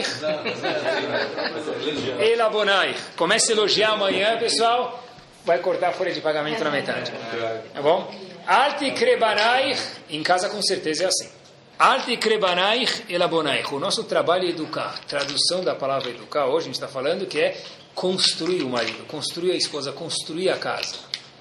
elabonai. Comece a elogiar amanhã, pessoal. Vai cortar a folha de pagamento na metade. Tá bom? Arti krebanai, em casa com certeza é assim. Arti krebanai elabonai. O nosso trabalho é educar. Tradução da palavra educar, hoje a gente está falando que é construir o marido, construir a esposa, construir a casa.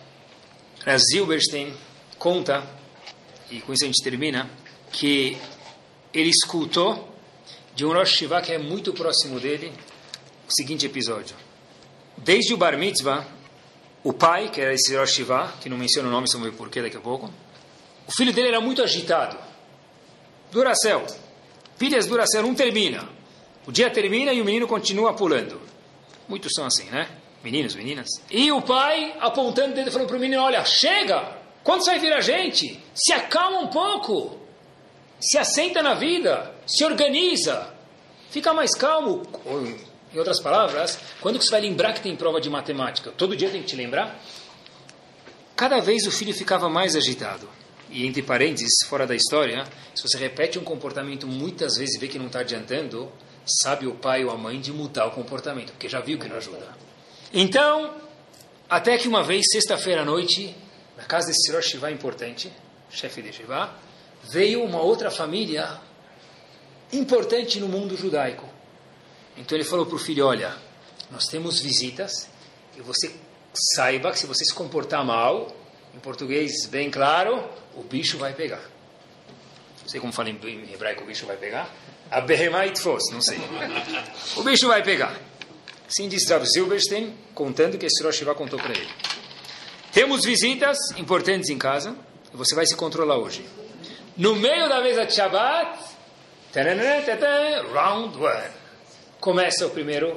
Zilberstein conta, e com isso a gente termina, que ele escutou de um Rosh Yeshiva que é muito próximo dele o seguinte episódio. Desde o Bar Mitzvah, o pai, que era esse Rosh Yeshiva, que não menciona o nome, vamos ver porquê daqui a pouco, o filho dele era muito agitado. Duracell. Pilhas Duracell não termina. O dia termina e o menino continua pulando. Muitos são assim, né? Meninos, meninas. E o pai, apontando o dedo, falou para o menino, olha, chega! Quando você vai vir a gente? Se acalma um pouco. Se assenta na vida. Se organiza. Fica mais calmo. Ou, em outras palavras, quando que você vai lembrar que tem prova de matemática? Todo dia tem que te lembrar? Cada vez o filho ficava mais agitado. E entre parênteses, fora da história, se você repete um comportamento muitas vezes e vê que não está adiantando, sabe o pai ou a mãe de mudar o comportamento, porque já viu que não ajuda. Então, até que uma vez, sexta-feira à noite, na casa desse Rosh Yeshiva importante, chefe de Yeshiva, veio uma outra família importante no mundo judaico. Então ele falou para o filho, olha, nós temos visitas, e você saiba que se você se comportar mal, em português bem claro, o bicho vai pegar. Não sei como fala em hebraico, o bicho vai pegar. A behemait fosse, não sei. O bicho vai pegar. Assim diz Rav Zilberstein, contando que esse Rosh Yeshiva contou para ele. Temos visitas importantes em casa, e você vai se controlar hoje. No meio da mesa de Shabbat, round one. Começa o primeiro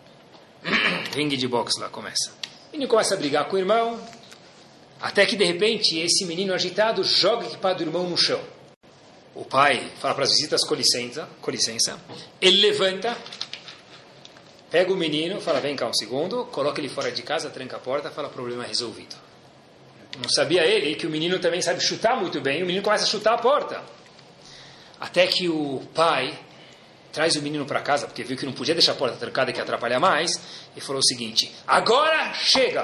ringue de boxe lá, começa. O menino começa a brigar com o irmão, até que de repente esse menino agitado joga o equipado do irmão no chão. O pai fala para as visitas, com licença, com licença. Ele levanta, pega o menino, fala, vem cá um segundo, coloca ele fora de casa, tranca a porta, fala, problema resolvido. Não sabia ele que o menino também sabe chutar muito bem, o menino começa a chutar a porta. Até que o pai traz o menino para casa, porque viu que não podia deixar a porta trancada, que ia atrapalhar mais, e falou o seguinte, agora chega!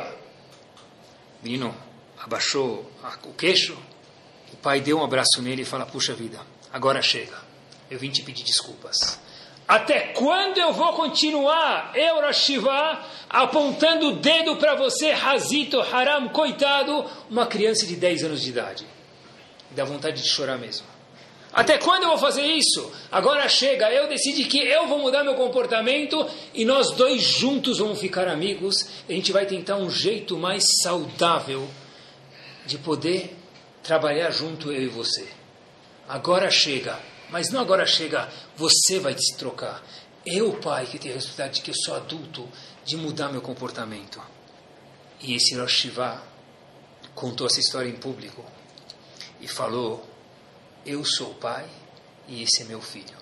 O menino abaixou o queixo, o pai deu um abraço nele e fala, puxa vida, agora chega, eu vim te pedir desculpas. Até quando eu vou continuar, eu, Rosh Shiva, apontando o dedo para você, Hazito, Haram, coitado, uma criança de dez anos de idade? Dá vontade de chorar mesmo. Até quando eu vou fazer isso? Agora chega, eu decidi que eu vou mudar meu comportamento e nós dois juntos vamos ficar amigos. A gente vai tentar um jeito mais saudável de poder trabalhar junto, eu e você. Agora chega, mas não agora chega, você vai se trocar. Eu, pai, que tenho a responsabilidade de que eu sou adulto, de mudar meu comportamento. E esse Rosh Shiva contou essa história em público e falou, eu sou o pai e esse é meu filho.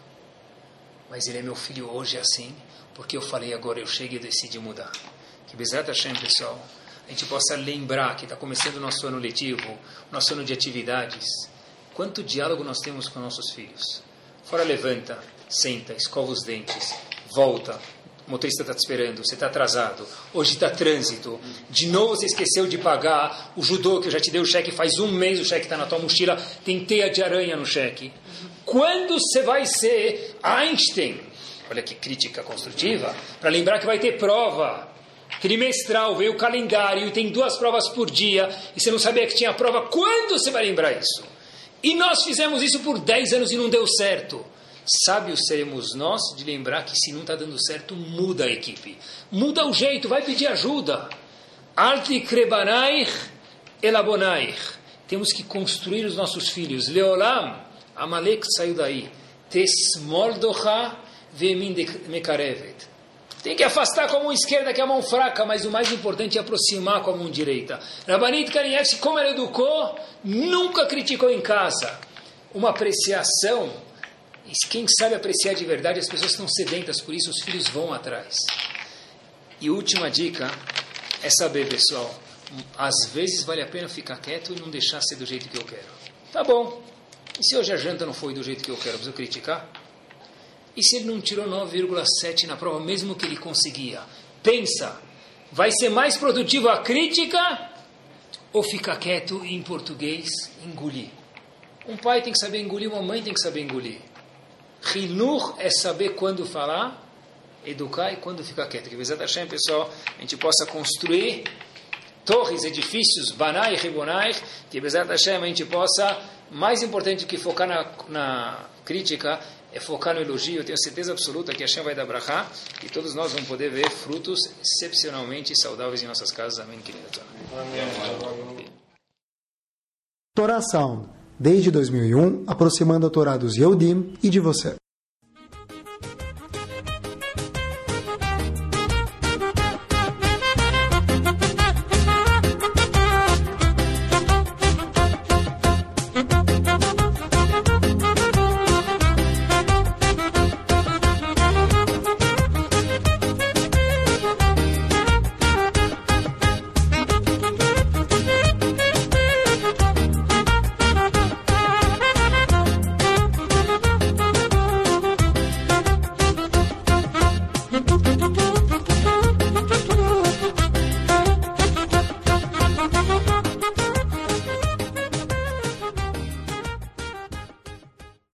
Mas ele é meu filho hoje assim, porque eu falei agora, eu chego e decidi mudar. Que Bezerra Hashem, pessoal, a gente possa lembrar que está começando o nosso ano letivo, nosso ano de atividades. Quanto diálogo nós temos com nossos filhos? Fora levanta, senta, escova os dentes, volta, o motorista está te esperando, você está atrasado, hoje está trânsito, de novo você esqueceu de pagar o judô que eu já te dei o cheque, faz um mês o cheque está na tua mochila, tem teia de aranha no cheque. Quando você vai ser Einstein? Olha que crítica construtiva, para lembrar que vai ter prova trimestral, veio o calendário e tem duas provas por dia, e você não sabia que tinha prova, quando você vai lembrar isso? E nós fizemos isso por dez anos e não deu certo. Sábios seremos nós de lembrar que se não está dando certo, muda a equipe. Muda o jeito, vai pedir ajuda. Alti krebanaich elabonaich. Temos que construir os nossos filhos. Leolam, Amalek saiu daí. Tesmoldocha vemin mekarevet. Tem que afastar com a mão esquerda, que é a mão fraca, mas o mais importante é aproximar com a mão direita. Rabbanit Kanievski, como ela educou, nunca criticou em casa. Uma apreciação. E quem sabe apreciar de verdade, as pessoas estão sedentas, por isso os filhos vão atrás. E última dica é saber, pessoal, às vezes vale a pena ficar quieto e não deixar ser do jeito que eu quero. Tá bom. E se hoje a janta não foi do jeito que eu quero, preciso criticar? E se ele não tirou nove vírgula sete na prova, mesmo que ele conseguia? Pensa, vai ser mais produtivo a crítica ou ficar quieto e, em português, engolir? Um pai tem que saber engolir, uma mãe tem que saber engolir. Hinur é saber quando falar, educar e quando ficar quieto. Que Bezerra Hashem, pessoal, a gente possa construir torres, edifícios, banai, ribonai, que Bezerra Hashem a gente possa, mais importante do que focar na, na crítica, é focar no elogio. Eu tenho certeza absoluta que Hashem vai dar brachá e todos nós vamos poder ver frutos excepcionalmente saudáveis em nossas casas. Amém, querida. Amém. Torá Sound, desde dois mil e um, aproximando a Torá dos Yehudim e de você. Thank you.